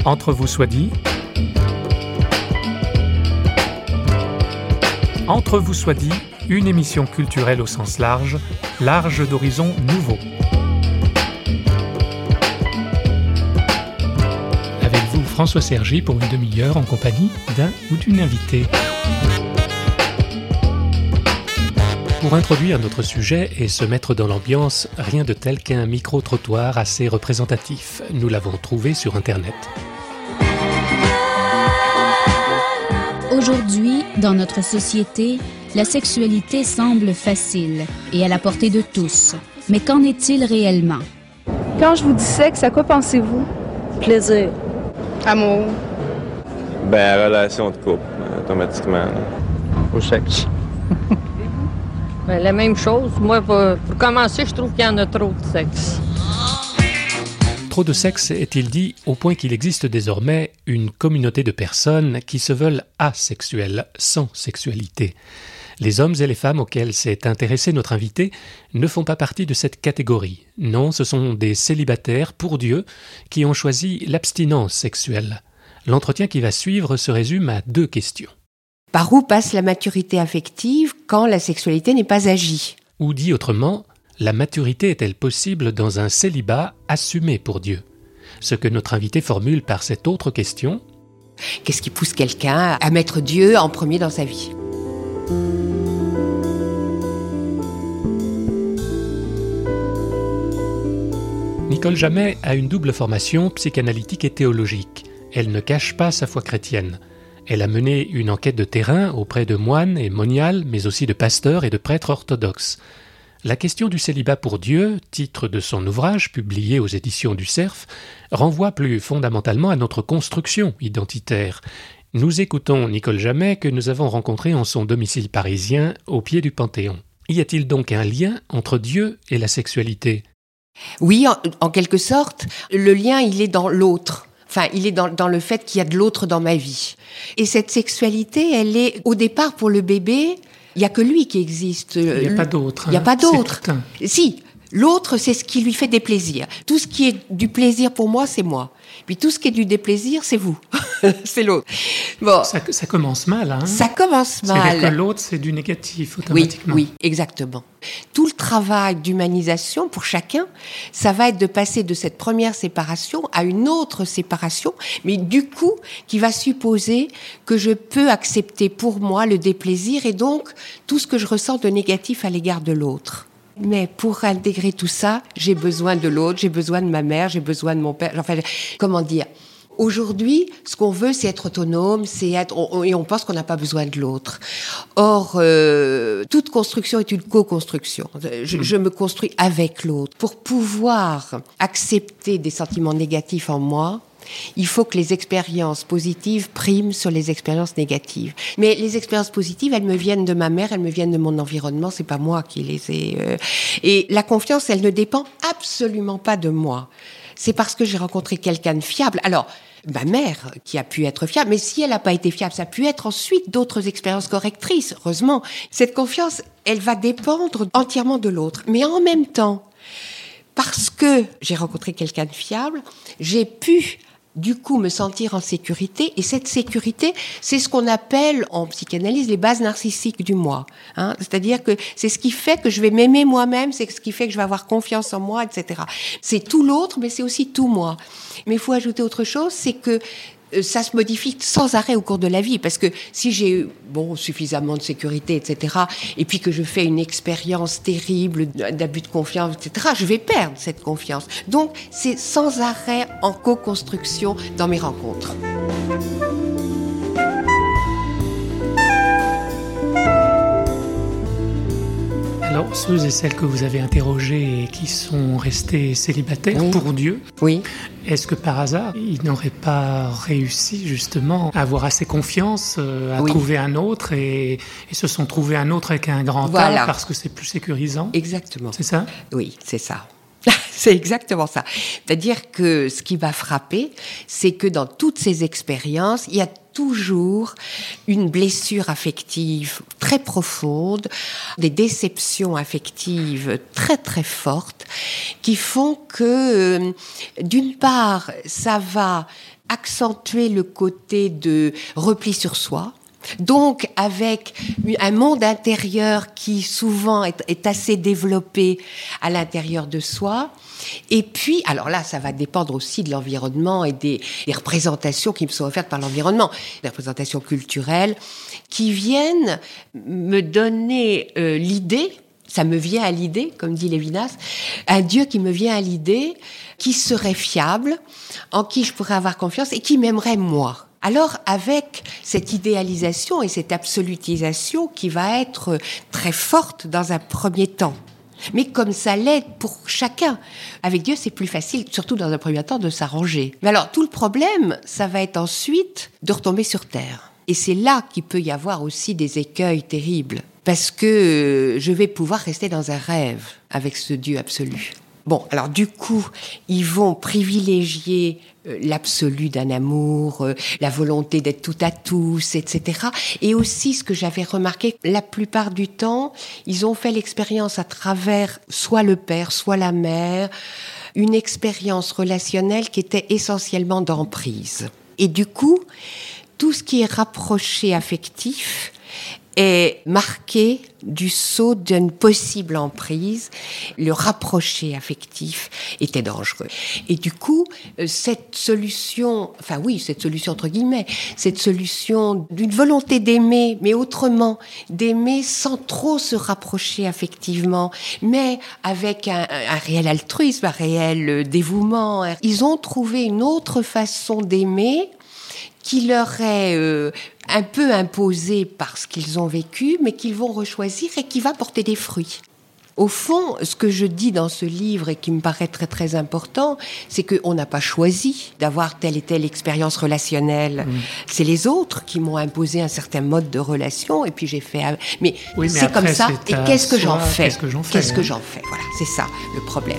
Entre vous soit dit. Entre vous soit dit, une émission culturelle au sens large, large d'horizons nouveaux. Avec vous, François Sergi, pour une demi-heure en compagnie d'un ou d'une invitée. Pour introduire notre sujet et se mettre dans l'ambiance, rien de tel qu'un micro-trottoir assez représentatif. Nous l'avons trouvé sur Internet. Aujourd'hui, dans notre société, la sexualité semble facile et à la portée de tous. Mais qu'en est-il réellement? Quand je vous dis sexe, à quoi pensez-vous? Plaisir. Amour. Relation de couple, automatiquement. Au sexe. La même chose. Moi, pour commencer, je trouve qu'il y en a trop de sexe. Trop de sexe, est-il dit, au point qu'il existe désormais une communauté de personnes qui se veulent asexuelles, sans sexualité. Les hommes et les femmes auxquels s'est intéressé notre invité ne font pas partie de cette catégorie. Non, ce sont des célibataires pour Dieu qui ont choisi l'abstinence sexuelle. L'entretien qui va suivre se résume à 2 questions. Par où passe la maturité affective quand la sexualité n'est pas agie? Ou dit autrement, la maturité est-elle possible dans un célibat assumé pour Dieu? Ce que notre invité formule par cette autre question. Qu'est-ce qui pousse quelqu'un à mettre Dieu en premier dans sa vie? Nicole Jamet a une double formation psychanalytique et théologique. Elle ne cache pas sa foi chrétienne. Elle a mené une enquête de terrain auprès de moines et moniales, mais aussi de pasteurs et de prêtres orthodoxes. La question du célibat pour Dieu, titre de son ouvrage publié aux éditions du Cerf, renvoie plus fondamentalement à notre construction identitaire. Nous écoutons Nicole Jamet que nous avons rencontrée en son domicile parisien au pied du Panthéon. Y a-t-il donc un lien entre Dieu et la sexualité? Oui, en quelque sorte, le lien, il est dans l'autre. Enfin, il est dans le fait qu'il y a de l'autre dans ma vie. Et cette sexualité, elle est, au départ, pour le bébé, il n'y a que lui qui existe. Il n'y a pas d'autre. Il n'y a pas d'autre. C'est certain. Si, l'autre, c'est ce qui lui fait des plaisirs. Tout ce qui est du plaisir pour moi, c'est moi. Puis tout ce qui est du déplaisir, c'est vous. C'est l'autre. Bon. Ça commence mal, hein? Ça commence mal. C'est-à-dire que l'autre, c'est du négatif, automatiquement. Oui, exactement. Tout le travail d'humanisation pour chacun, ça va être de passer de cette première séparation à une autre séparation, mais du coup, qui va supposer que je peux accepter pour moi le déplaisir et donc tout ce que je ressens de négatif à l'égard de l'autre. Mais pour intégrer tout ça, j'ai besoin de l'autre, j'ai besoin de ma mère, j'ai besoin de mon père. Enfin, comment dire? Aujourd'hui, ce qu'on veut, c'est être autonome, et on pense qu'on n'a pas besoin de l'autre. Or, toute construction est une co-construction. Je me construis avec l'autre. Pour pouvoir accepter des sentiments négatifs en moi, il faut que les expériences positives priment sur les expériences négatives. Mais les expériences positives, elles me viennent de ma mère, elles me viennent de mon environnement, c'est pas moi qui les ai. Et la confiance, elle ne dépend absolument pas de moi. C'est parce que j'ai rencontré quelqu'un de fiable. Alors, ma mère, qui a pu être fiable, mais si elle n'a pas été fiable, ça a pu être ensuite d'autres expériences correctrices, heureusement. Cette confiance, elle va dépendre entièrement de l'autre. Mais en même temps, parce que j'ai rencontré quelqu'un de fiable, j'ai pu du coup me sentir en sécurité, et cette sécurité, c'est ce qu'on appelle en psychanalyse les bases narcissiques du moi. C'est-à-dire que c'est ce qui fait que je vais m'aimer moi-même, c'est ce qui fait que je vais avoir confiance en moi, etc. C'est tout l'autre, mais c'est aussi tout moi. Mais il faut ajouter autre chose, c'est que ça se modifie sans arrêt au cours de la vie, parce que si j'ai suffisamment de sécurité, etc., et puis que je fais une expérience terrible d'abus de confiance, etc., je vais perdre cette confiance. Donc, c'est sans arrêt en co-construction dans mes rencontres. Alors, ceux et celles que vous avez interrogés et qui sont restés célibataires pour Dieu, est-ce que par hasard, ils n'auraient pas réussi justement à avoir assez confiance, à trouver un autre et se sont trouvés un autre avec un grand A parce que c'est plus sécurisant? Exactement. C'est ça? Oui, c'est ça. C'est exactement ça. C'est-à-dire que ce qui va frapper, c'est que dans toutes ces expériences, il y a toujours une blessure affective très profonde, des déceptions affectives très très fortes qui font que, d'une part, ça va accentuer le côté de repli sur soi. Donc, avec un monde intérieur qui souvent est assez développé à l'intérieur de soi. Et puis, alors là, ça va dépendre aussi de l'environnement et des représentations qui me sont offertes par l'environnement, des représentations culturelles qui viennent me donner l'idée. Ça me vient à l'idée, comme dit Lévinas, un Dieu qui me vient à l'idée, qui serait fiable, en qui je pourrais avoir confiance et qui m'aimerait moi. Alors, avec cette idéalisation et cette absolutisation qui va être très forte dans un premier temps, mais comme ça l'est pour chacun. Avec Dieu, c'est plus facile, surtout dans un premier temps, de s'arranger. Mais alors, tout le problème, ça va être ensuite de retomber sur terre. Et c'est là qu'il peut y avoir aussi des écueils terribles. Parce que je vais pouvoir rester dans un rêve avec ce Dieu absolu. Bon, alors du coup, ils vont privilégier l'absolu d'un amour, la volonté d'être tout à tous, etc. Et aussi, ce que j'avais remarqué, la plupart du temps, ils ont fait l'expérience à travers soit le père, soit la mère, une expérience relationnelle qui était essentiellement d'emprise. Et du coup, tout ce qui est rapproché affectif est marqué du sceau d'une possible emprise. Le rapproché affectif était dangereux. Et du coup, cette solution entre guillemets, cette solution d'une volonté d'aimer, mais autrement, d'aimer sans trop se rapprocher affectivement, mais avec un réel altruisme, un réel dévouement. Ils ont trouvé une autre façon d'aimer qui leur est un peu imposé par ce qu'ils ont vécu, mais qu'ils vont rechoisir et qui va porter des fruits. Au fond, ce que je dis dans ce livre et qui me paraît très très important, c'est qu'on n'a pas choisi d'avoir telle et telle expérience relationnelle. C'est les autres qui m'ont imposé un certain mode de relation et puis j'ai fait... Mais c'est après, comme ça. Et qu'est-ce que j'en fais ? Qu'est-ce que j'en fais ? Voilà, c'est ça le problème.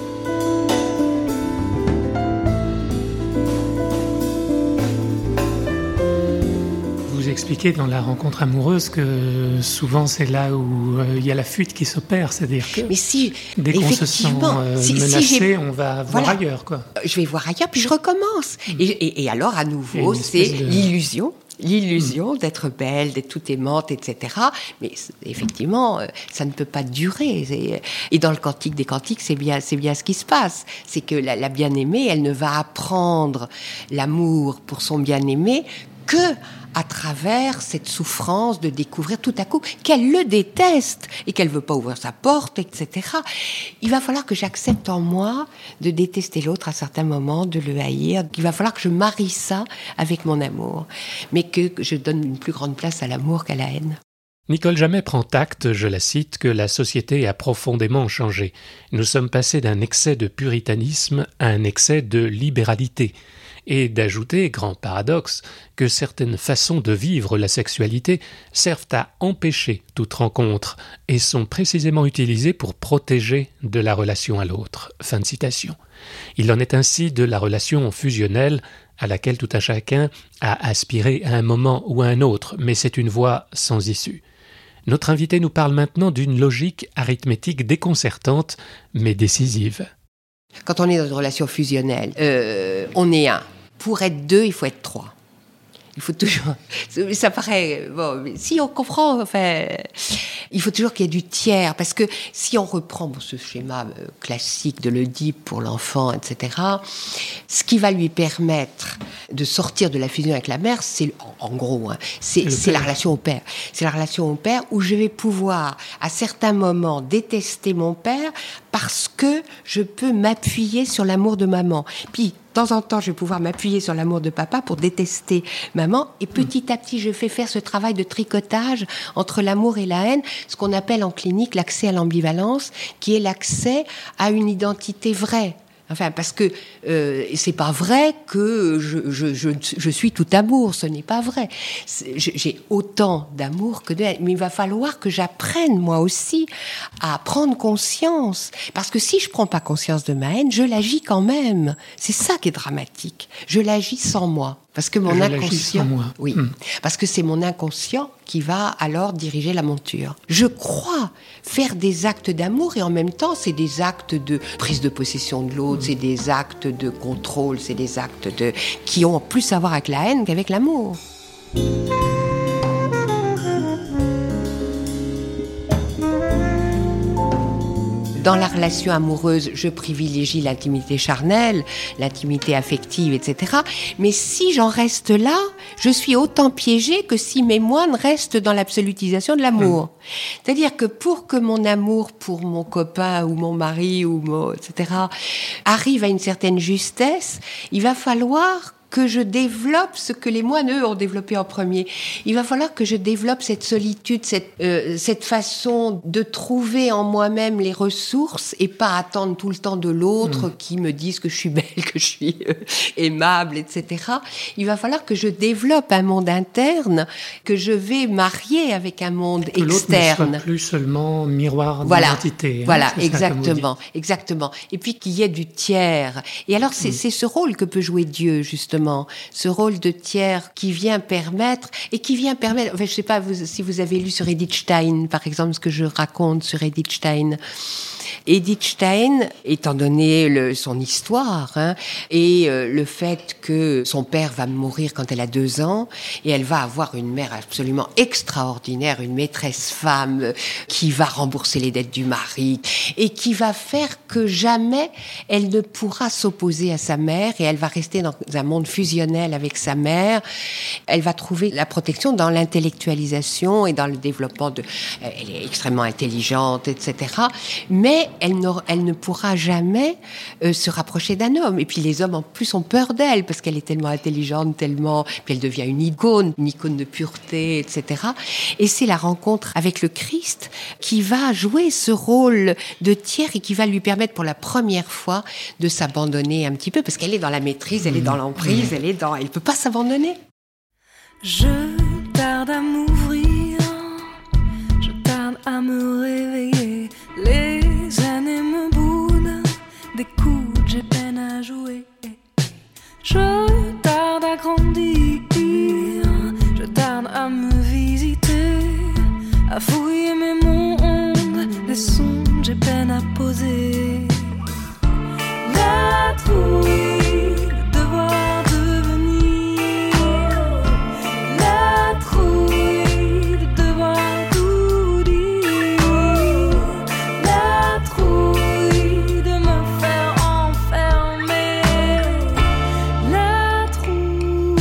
Vous expliquez dans La rencontre amoureuse que souvent c'est là où il y a la fuite qui s'opère, c'est-à-dire que dès qu'on se sent menacé, on va voir ailleurs, quoi. Je vais voir ailleurs, puis je recommence. Et alors, à nouveau, c'est l'illusion d'être belle, d'être toute aimante, etc. Mais effectivement, ça ne peut pas durer. Et dans le Cantique des Cantiques, c'est bien ce qui se passe. C'est que la bien-aimée, elle ne va apprendre l'amour pour son bien-aimé que à travers cette souffrance de découvrir tout à coup qu'elle le déteste et qu'elle veut pas ouvrir sa porte, etc. Il va falloir que j'accepte en moi de détester l'autre à certains moments, de le haïr. Il va falloir que je marie ça avec mon amour, mais que je donne une plus grande place à l'amour qu'à la haine. Nicole Jamet prend acte, je la cite, que la société a profondément changé. Nous sommes passés d'un excès de puritanisme à un excès de libéralité. Et d'ajouter, grand paradoxe, que certaines façons de vivre la sexualité servent à empêcher toute rencontre et sont précisément utilisées pour protéger de la relation à l'autre. Fin de citation. Il en est ainsi de la relation fusionnelle à laquelle tout un chacun a aspiré à un moment ou à un autre, mais c'est une voie sans issue. Notre invité nous parle maintenant d'une logique arithmétique déconcertante, mais décisive. Quand on est dans une relation fusionnelle, on est un. Pour être deux, il faut être trois. Il faut toujours... Ça paraît... Bon, mais si on comprend, il faut toujours qu'il y ait du tiers. Parce que si on reprend ce schéma classique de l'Oedipe pour l'enfant, etc., ce qui va lui permettre de sortir de la fusion avec la mère, c'est, en gros, c'est la relation au père. C'est la relation au père où je vais pouvoir, à certains moments, détester mon père parce que je peux m'appuyer sur l'amour de maman. Puis, de temps en temps, je vais pouvoir m'appuyer sur l'amour de papa pour détester maman. Et petit à petit, je fais faire ce travail de tricotage entre l'amour et la haine, ce qu'on appelle en clinique l'accès à l'ambivalence, qui est l'accès à une identité vraie. Enfin, parce que c'est pas vrai que je suis tout amour, ce n'est pas vrai. J'ai autant d'amour que de haine, mais il va falloir que j'apprenne moi aussi à prendre conscience, parce que si je prends pas conscience de ma haine, je l'agis quand même. C'est ça qui est dramatique. Je l'agis sans moi. Parce que mon inconscient, parce que c'est mon inconscient qui va alors diriger la monture. Je crois faire des actes d'amour et en même temps, c'est des actes de prise de possession de l'autre, c'est des actes de contrôle, c'est des actes qui ont plus à voir avec la haine qu'avec l'amour. Dans la relation amoureuse, je privilégie l'intimité charnelle, l'intimité affective, etc. Mais si j'en reste là, je suis autant piégée que si mes moines restent dans l'absolutisation de l'amour. C'est-à-dire que pour que mon amour pour mon copain ou mon mari etc. arrive à une certaine justesse, il va falloir que je développe ce que les moines, eux, ont développé en premier. Il va falloir que je développe cette solitude, cette façon de trouver en moi-même les ressources et pas attendre tout le temps de l'autre qui me dise que je suis belle, que je suis aimable, etc. Il va falloir que je développe un monde interne, que je vais marier avec un monde externe. L'autre ne soit plus seulement miroir d'identité. Voilà, exactement. Et puis qu'il y ait du tiers. Et alors, c'est ce rôle que peut jouer Dieu, justement. Ce rôle de tiers qui vient permettre, enfin, je ne sais pas si vous avez lu sur Edith Stein, par exemple, ce que je raconte sur Edith Stein. Edith Stein, étant donné son histoire, et le fait que son père va mourir quand elle a 2 ans, et elle va avoir une mère absolument extraordinaire, une maîtresse femme qui va rembourser les dettes du mari, et qui va faire que jamais elle ne pourra s'opposer à sa mère, et elle va rester dans un monde fusionnel avec sa mère. Elle va trouver la protection dans l'intellectualisation et dans le développement elle est extrêmement intelligente, etc. Mais elle ne pourra jamais se rapprocher d'un homme. Et puis les hommes en plus ont peur d'elle parce qu'elle est tellement intelligente, puis elle devient une icône de pureté, etc. Et c'est la rencontre avec le Christ qui va jouer ce rôle de tiers et qui va lui permettre pour la première fois de s'abandonner un petit peu parce qu'elle est dans la maîtrise, elle est dans l'emprise, elle peut pas s'abandonner. Je tarde à m'ouvrir, je tarde à me réveiller. Les années me boudent, des coups j'ai peine à jouer. Je tarde à grandir, je tarde à me visiter, à fouiller mes mondes, des sons j'ai peine à poser. La trouille de devoir devenir, la trouille de devoir tout dire, la trouille de me faire enfermer, la trouille.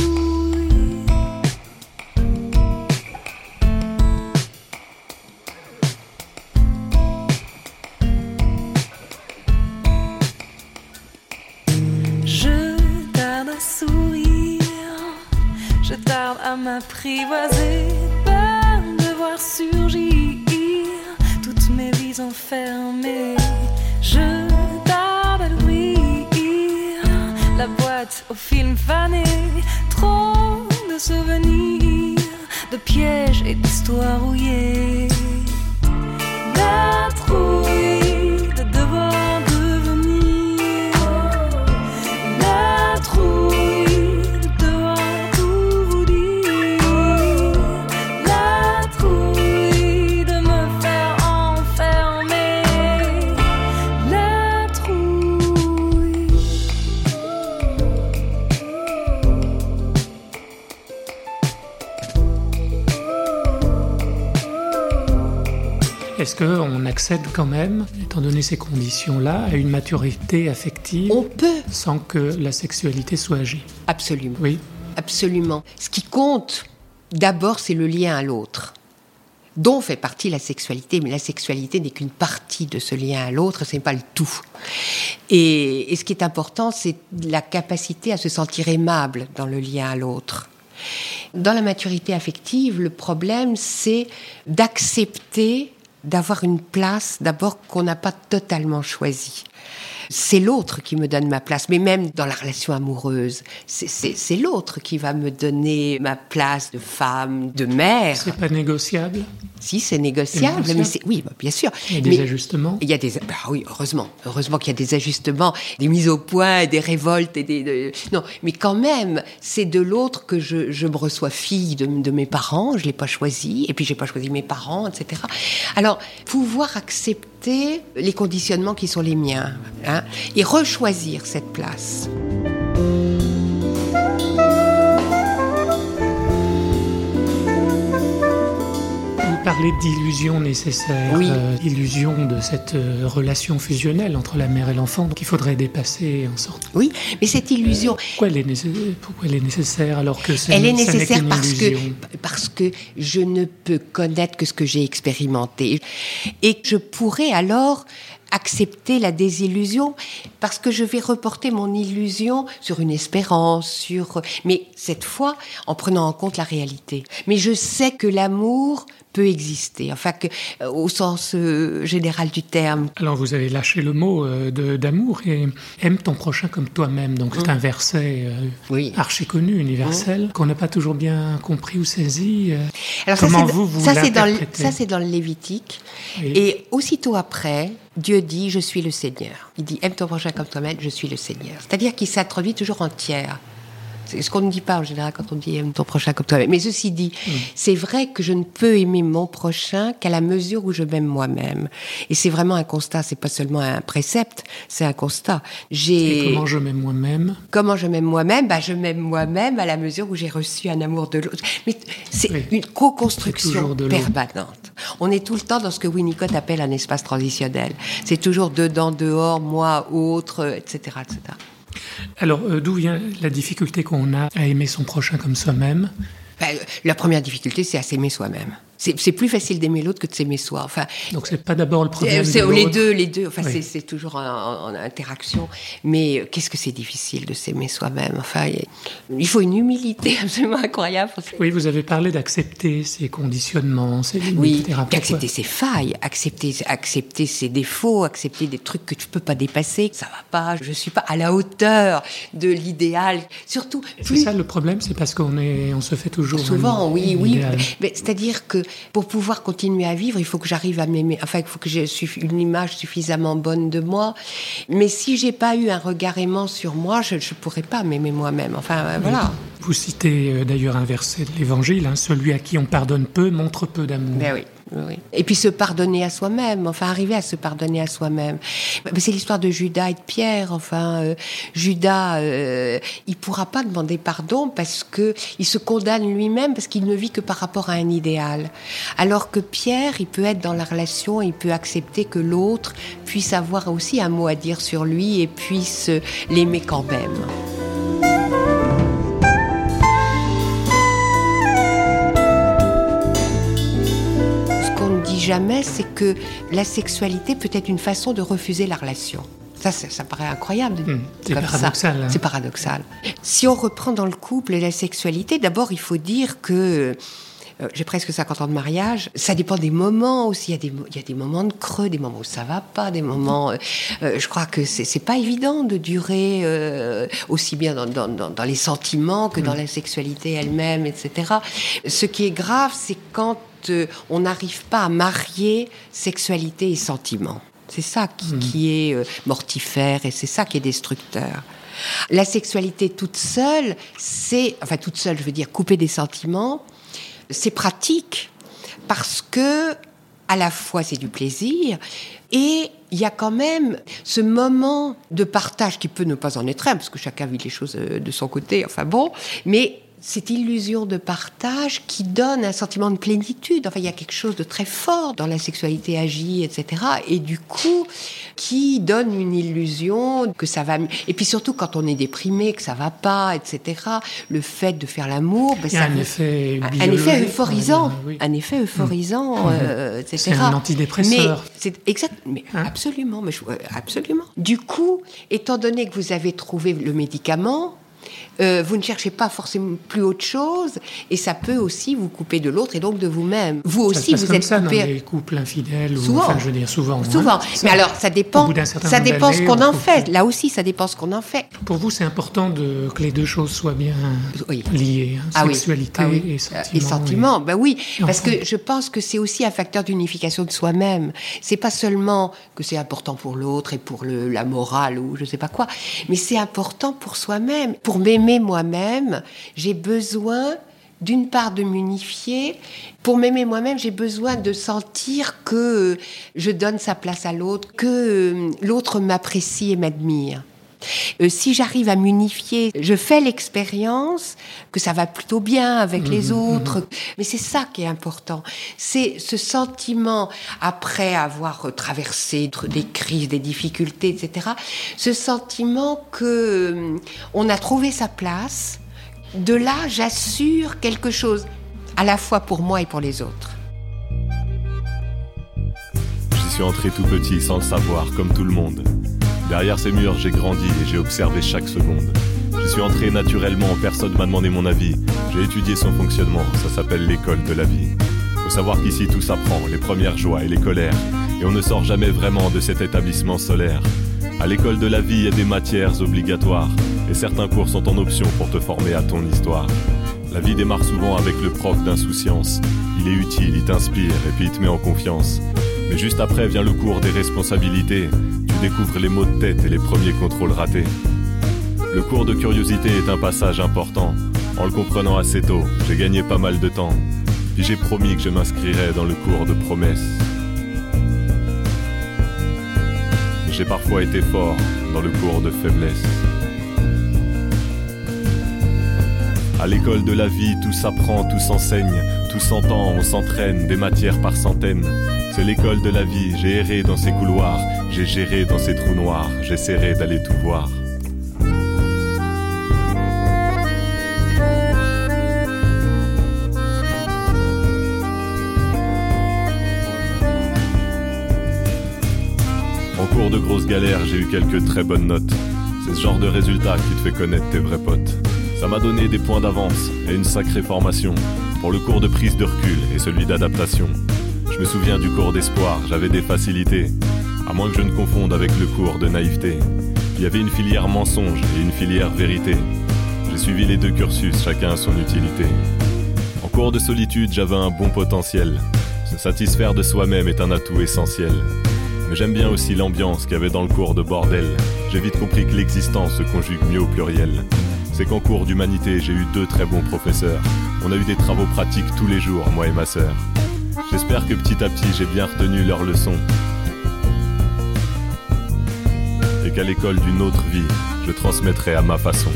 Je tarde à sourire, je tarde à m'apprivoiser, peur de voir surgir toutes mes vies enfermées. Je tarde à l'ouvrir, la boîte aux films fanés, trop de souvenirs, de pièges et d'histoires rouillées. La trouille de devoir devenir, la trouille de devoir tout vous dire, la trouille de me faire enfermer, la trouille. Est-ce qu'on accède quand même, étant donné ces conditions-là, à une maturité affective On peut. sans que la sexualité soit agie? Absolument. Oui. Absolument. Ce qui compte, d'abord, c'est le lien à l'autre, dont fait partie la sexualité. Mais la sexualité n'est qu'une partie de ce lien à l'autre, ce n'est pas le tout. Et ce qui est important, c'est la capacité à se sentir aimable dans le lien à l'autre. Dans la maturité affective, le problème, c'est d'accepter d'avoir une place, d'abord, qu'on n'a pas totalement choisie. C'est l'autre qui me donne ma place, mais même dans la relation amoureuse, c'est l'autre qui va me donner ma place de femme, de mère. C'est pas négociable? Si, c'est négociable, mais oui, bien sûr. Il y a des ajustements? Il y a oui, heureusement qu'il y a des ajustements, des mises au point, des révoltes, non, mais quand même, c'est de l'autre que je me reçois fille de mes parents, je l'ai pas choisi, et puis j'ai pas choisi mes parents, etc. Alors, pouvoir accepter les conditionnements qui sont les miens, hein, et rechoisir cette place. Vous parlez d'illusion nécessaire, oui. Illusion de cette relation fusionnelle entre la mère et l'enfant qu'il faudrait dépasser en sorte. Oui, mais cette illusion... Pourquoi elle est nécessaire alors que elle est nécessaire parce que je ne peux connaître que ce que j'ai expérimenté. Et je pourrais alors accepter la désillusion parce que je vais reporter mon illusion sur une espérance, mais cette fois en prenant en compte la réalité. Mais je sais que l'amour peut exister, enfin au sens général du terme. Alors vous avez lâché le mot d'amour et aime ton prochain comme toi-même. Donc c'est un verset archi connu, universel, qu'on n'a pas toujours bien compris ou saisi. Alors comment vous l'interprétez? Ça c'est dans le Lévitique. Oui. Et aussitôt après, Dieu dit « Je suis le Seigneur ». Il dit « Aime ton prochain comme toi-même, je suis le Seigneur ». C'est-à-dire qu'il s'introduit toujours en tiers. C'est ce qu'on ne dit pas en général quand on dit « aime ton prochain comme toi-même ». Mais ceci dit, c'est vrai que je ne peux aimer mon prochain qu'à la mesure où je m'aime moi-même. Et c'est vraiment un constat, c'est pas seulement un précepte, c'est un constat. Et comment je m'aime moi-même? Comment je m'aime moi-même? Je m'aime moi-même à la mesure où j'ai reçu un amour de l'autre. Mais c'est une co-construction permanente. On est tout le temps dans ce que Winnicott appelle un espace transitionnel. C'est toujours dedans, dehors, moi, autre, etc., etc. Alors, d'où vient la difficulté qu'on a à aimer son prochain comme soi-même? La première difficulté, c'est à s'aimer soi-même. C'est plus facile d'aimer l'autre que de s'aimer soi. Enfin, donc c'est pas d'abord le problème de l'autre. Les deux. Enfin, oui. c'est toujours en interaction. Mais qu'est-ce que c'est difficile de s'aimer soi-même. Enfin, il faut une humilité absolument incroyable. Oui, vous avez parlé d'accepter ses conditionnements, ses limites. Oui, accepter ses failles, accepter ses défauts, accepter des trucs que tu peux pas dépasser. Ça va pas. Je suis pas à la hauteur de l'idéal. Surtout. C'est ça le problème, c'est parce qu'on se fait toujours souvent, oui. Mais c'est-à-dire que pour pouvoir continuer à vivre, il faut que j'arrive à m'aimer. Enfin, il faut que j'ai une image suffisamment bonne de moi. Mais si j'ai pas eu un regard aimant sur moi, je pourrais pas m'aimer moi-même. Enfin, voilà. Vous citez d'ailleurs un verset de l'Évangile, celui à qui on pardonne peu montre peu d'amour. Ben oui. Oui. Et puis se pardonner à soi-même, enfin arriver à se pardonner à soi-même. C'est l'histoire de Judas et de Pierre. Enfin, Judas, il pourra pas demander pardon parce que il se condamne lui-même parce qu'il ne vit que par rapport à un idéal. Alors que Pierre, il peut être dans la relation, il peut accepter que l'autre puisse avoir aussi un mot à dire sur lui et puisse l'aimer quand même. Jamais, c'est que la sexualité peut être une façon de refuser la relation. Ça paraît incroyable. C'est paradoxal. C'est paradoxal. Si on reprend dans le couple la sexualité, d'abord, il faut dire que j'ai presque 50 ans de mariage. Ça dépend des moments aussi. Il y a des moments de creux, des moments où ça va pas, des moments... je crois que c'est pas évident de durer aussi bien dans les sentiments que dans la sexualité elle-même, etc. Ce qui est grave, c'est quand on n'arrive pas à marier sexualité et sentiment. C'est ça qui est mortifère et c'est ça qui est destructeur. La sexualité toute seule, toute seule, je veux dire, couper des sentiments, c'est pratique parce que à la fois c'est du plaisir et il y a quand même ce moment de partage qui peut ne pas en être un parce que chacun vit les choses de son côté, mais cette illusion de partage qui donne un sentiment de plénitude. Enfin, il y a quelque chose de très fort dans la sexualité agie, etc. Et du coup, qui donne une illusion que ça va mieux. Et puis surtout, quand on est déprimé, que ça va pas, etc., le fait de faire l'amour... il y a un effet euphorisant. Un effet euphorisant, etc. C'est un antidépresseur. Absolument. Absolument. Du coup, étant donné que vous avez trouvé le médicament... vous ne cherchez pas forcément plus autre chose, et ça peut aussi vous couper de l'autre et donc de vous-même. Vous aussi, vous êtes ça coupé. Dans les couples infidèles, souvent. Enfin, je veux dire souvent. Souvent. Mais alors, ça dépend. Ça dépend ce qu'on en fait. Là aussi, ça dépend ce qu'on en fait. Pour vous, c'est important que les deux choses soient bien liées, sexualité et sentiments. Et sentiments, ben oui, parce enfin, que je pense que c'est aussi un facteur d'unification de soi-même. C'est pas seulement que c'est important pour l'autre et pour la morale ou je sais pas quoi, mais c'est important pour soi-même. Pour m'aimer moi-même, j'ai besoin d'une part de m'unifier. Pour m'aimer moi-même, j'ai besoin de sentir que je donne sa place à l'autre, que l'autre m'apprécie et m'admire. Si j'arrive à m'unifier, je fais l'expérience que ça va plutôt bien avec les autres. Mais c'est ça qui est important. C'est ce sentiment, après avoir traversé des crises, des difficultés, etc., ce sentiment que on a trouvé sa place. De là, j'assure quelque chose, à la fois pour moi et pour les autres. J'y suis entré tout petit, sans le savoir, comme tout le monde. Derrière ces murs, j'ai grandi et j'ai observé chaque seconde. J'y suis entré naturellement, personne m'a demandé mon avis. J'ai étudié son fonctionnement, ça s'appelle l'école de la vie. Faut savoir qu'ici tout s'apprend, les premières joies et les colères. Et on ne sort jamais vraiment de cet établissement solaire. À l'école de la vie, il y a des matières obligatoires. Et certains cours sont en option pour te former à ton histoire. La vie démarre souvent avec le prof d'insouciance. Il est utile, il t'inspire et puis il te met en confiance. Mais juste après vient le cours des responsabilités. Tu découvres les maux de tête et les premiers contrôles ratés. Le cours de curiosité est un passage important. En le comprenant assez tôt, j'ai gagné pas mal de temps. Puis j'ai promis que je m'inscrirais dans le cours de promesses. J'ai parfois été fort dans le cours de faiblesse. À l'école de la vie, tout s'apprend, tout s'enseigne, tout s'entend, on s'entraîne, des matières par centaines. C'est l'école de la vie, j'ai erré dans ces couloirs, j'ai géré dans ces trous noirs, j'essaierai d'aller tout voir. En cours de grosses galères, j'ai eu quelques très bonnes notes. C'est ce genre de résultat qui te fait connaître tes vrais potes. Ça m'a donné des points d'avance et une sacrée formation pour le cours de prise de recul et celui d'adaptation. Je me souviens du cours d'espoir, j'avais des facilités, à moins que je ne confonde avec le cours de naïveté. Il y avait une filière mensonge et une filière vérité. J'ai suivi les deux cursus, chacun a son utilité. En cours de solitude, j'avais un bon potentiel. Se satisfaire de soi-même est un atout essentiel. Mais j'aime bien aussi l'ambiance qu'il y avait dans le cours de bordel. J'ai vite compris que l'existence se conjugue mieux au pluriel. C'est qu'en cours d'humanité, j'ai eu 2 très bons professeurs. On a eu des travaux pratiques tous les jours, moi et ma sœur. J'espère que petit à petit, j'ai bien retenu leurs leçons. Et qu'à l'école d'une autre vie, je transmettrai à ma façon.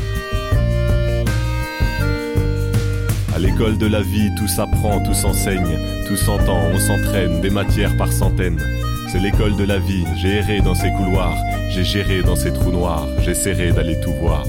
À l'école de la vie, tout s'apprend, tout s'enseigne, tout s'entend, on s'entraîne, des matières par centaines. C'est l'école de la vie, j'ai erré dans ces couloirs, j'ai géré dans ces trous noirs, j'essaierai d'aller tout voir.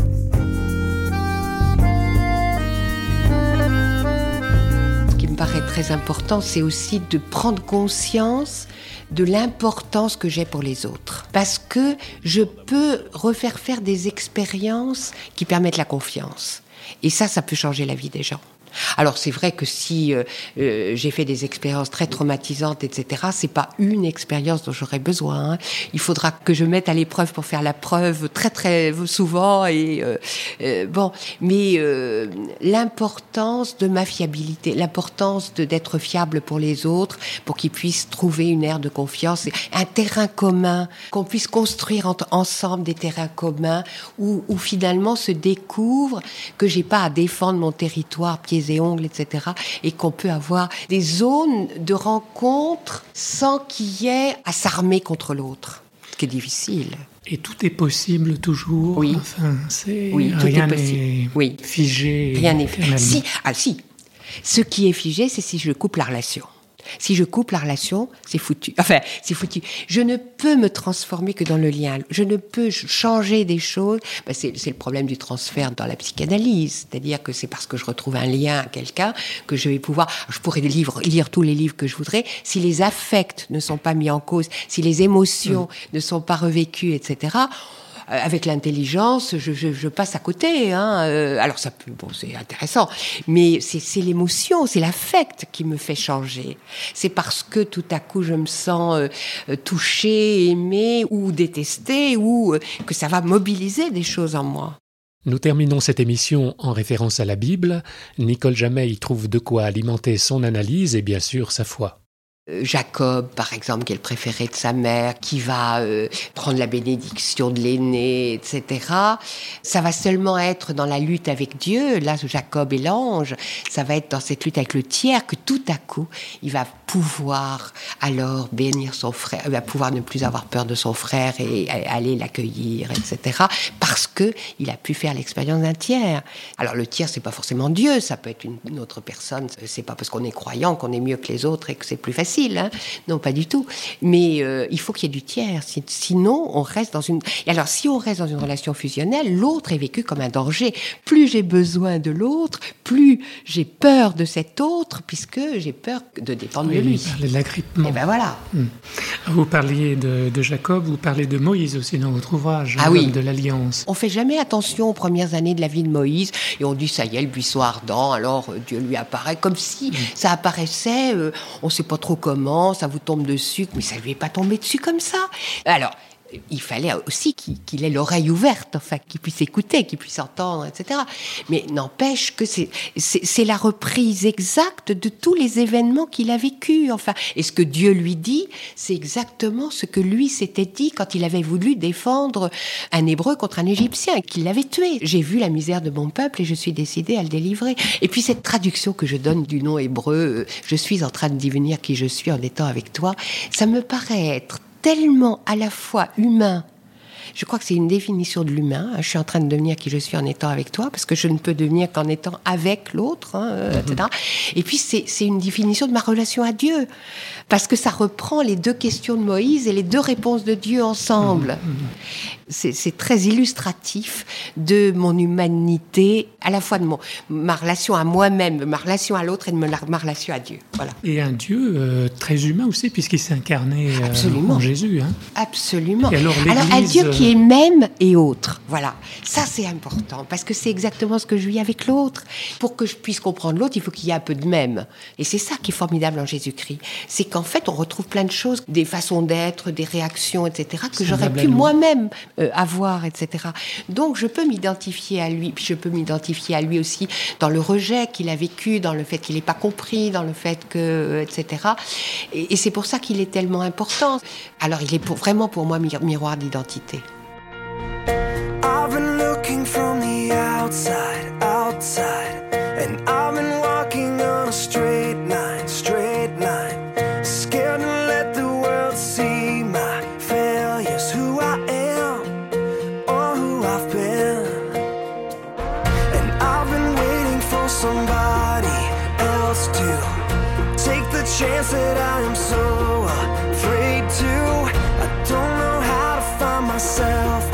Paraît très important, c'est aussi de prendre conscience de l'importance que j'ai pour les autres. Parce que je peux refaire faire des expériences qui permettent la confiance. Et ça peut changer la vie des gens. Alors c'est vrai que si j'ai fait des expériences très traumatisantes, etc., c'est pas une expérience dont j'aurais besoin. Hein. Il faudra que je mette à l'épreuve pour faire la preuve très très souvent. Et mais l'importance de ma fiabilité, l'importance d'être fiable pour les autres, pour qu'ils puissent trouver une aire de confiance, un terrain commun, qu'on puisse construire ensemble des terrains communs où finalement se découvre que j'ai pas à défendre mon territoire pieds et ongles, etc. Et qu'on peut avoir des zones de rencontre sans qu'il y ait à s'armer contre l'autre, ce qui est difficile. Et tout est possible toujours. Oui. Enfin, Rien n'est figé. Rien n'est figé. Si. Ce qui est figé, c'est si je coupe la relation. Si je coupe la relation, c'est foutu. Enfin, c'est foutu. Je ne peux me transformer que dans le lien. Je ne peux changer des choses. C'est le problème du transfert dans la psychanalyse. C'est-à-dire que c'est parce que je retrouve un lien à quelqu'un que je vais pouvoir... Je pourrais lire tous les livres que je voudrais. Si les affects ne sont pas mis en cause, si les émotions ne sont pas revécues, etc., avec l'intelligence, je passe à côté. Alors ça peut, c'est intéressant, mais c'est l'émotion, c'est l'affect qui me fait changer. C'est parce que tout à coup je me sens touchée, aimée ou détestée, ou que ça va mobiliser des choses en moi. Nous terminons cette émission en référence à la Bible. Nicole Jammet y trouve de quoi alimenter son analyse et bien sûr sa foi. Jacob, par exemple, qui est le préféré de sa mère, qui va prendre la bénédiction de l'aîné, etc. Ça va seulement être dans la lutte avec Dieu, là, Jacob et l'ange, ça va être dans cette lutte avec le tiers que tout à coup, il va pouvoir alors bénir son frère, il va pouvoir ne plus avoir peur de son frère et aller l'accueillir, etc. Parce que il a pu faire l'expérience d'un tiers. Alors le tiers, c'est pas forcément Dieu, ça peut être une autre personne. C'est pas parce qu'on est croyant qu'on est mieux que les autres et que c'est plus facile. Non, pas du tout. Mais il faut qu'il y ait du tiers. Sinon, on reste dans une... Et alors, si on reste dans une relation fusionnelle, l'autre est vécu comme un danger. Plus j'ai besoin de l'autre, plus j'ai peur de cet autre, puisque j'ai peur de dépendre de lui. Vous parlez de l'agrippement. Et ben voilà. Vous parliez de Jacob, vous parlez de Moïse aussi dans votre ouvrage, oui. de l'Alliance. On fait jamais attention aux premières années de la vie de Moïse, et on dit, ça y est, le buisson ardent, alors Dieu lui apparaît, comme si ça apparaissait, on sait pas trop comment, ça vous tombe dessus, mais ça lui est pas tombé dessus comme ça. Alors, il fallait aussi qu'il ait l'oreille ouverte, enfin, qu'il puisse écouter, qu'il puisse entendre, etc. Mais n'empêche que c'est la reprise exacte de tous les événements qu'il a vécus, enfin. Et ce que Dieu lui dit, c'est exactement ce que lui s'était dit quand il avait voulu défendre un Hébreu contre un Égyptien, qu'il l'avait tué. J'ai vu la misère de mon peuple et je suis décidée à le délivrer. Et puis cette traduction que je donne du nom hébreu, je suis en train de devenir qui je suis en étant avec toi, ça me paraît être tellement à la fois humain. Je crois que c'est une définition de l'humain. Je suis en train de devenir qui je suis en étant avec toi, parce que je ne peux devenir qu'en étant avec l'autre, etc. Et puis c'est une définition de ma relation à Dieu, parce que ça reprend les deux questions de Moïse et les deux réponses de Dieu ensemble. C'est très illustratif de mon humanité, à la fois de ma relation à moi-même, de ma relation à l'autre et de ma relation à Dieu. Voilà. Et un Dieu très humain aussi, puisqu'il s'est incarné en Jésus. Absolument. Et alors un Dieu qui est même et autre. Voilà. Ça, c'est important, parce que c'est exactement ce que je vis avec l'autre. Pour que je puisse comprendre l'autre, il faut qu'il y ait un peu de même. Et c'est ça qui est formidable en Jésus-Christ. C'est qu'en fait, on retrouve plein de choses, des façons d'être, des réactions, etc., que j'aurais pu moi-même avoir, etc. Donc, je peux m'identifier à lui. Puis je peux m'identifier à lui aussi dans le rejet qu'il a vécu, dans le fait qu'il n'ait pas compris, dans le fait que, etc. Et c'est pour ça qu'il est tellement important. Alors, il est vraiment pour moi miroir d'identité. I've been looking from the outside, and I've been walking on a straight line, scared to let the world see my failures, who I am, or who I've been, and I've been waiting for somebody else to take the chance that I am so afraid to. I don't know how to find myself.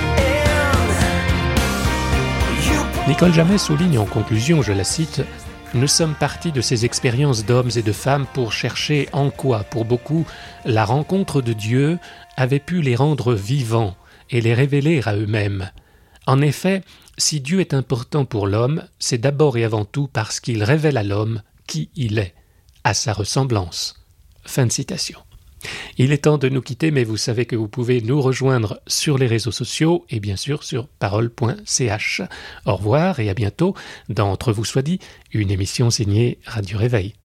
Nicole Jammet souligne en conclusion, je la cite, Nous sommes partis de ces expériences d'hommes et de femmes pour chercher en quoi, pour beaucoup, la rencontre de Dieu avait pu les rendre vivants et les révéler à eux-mêmes. En effet, si Dieu est important pour l'homme, c'est d'abord et avant tout parce qu'il révèle à l'homme qui il est, à sa ressemblance. Fin de citation. Il est temps de nous quitter, mais vous savez que vous pouvez nous rejoindre sur les réseaux sociaux et bien sûr sur parole.ch. Au revoir et à bientôt dans Entre vous soit dit, une émission signée Radio Réveil.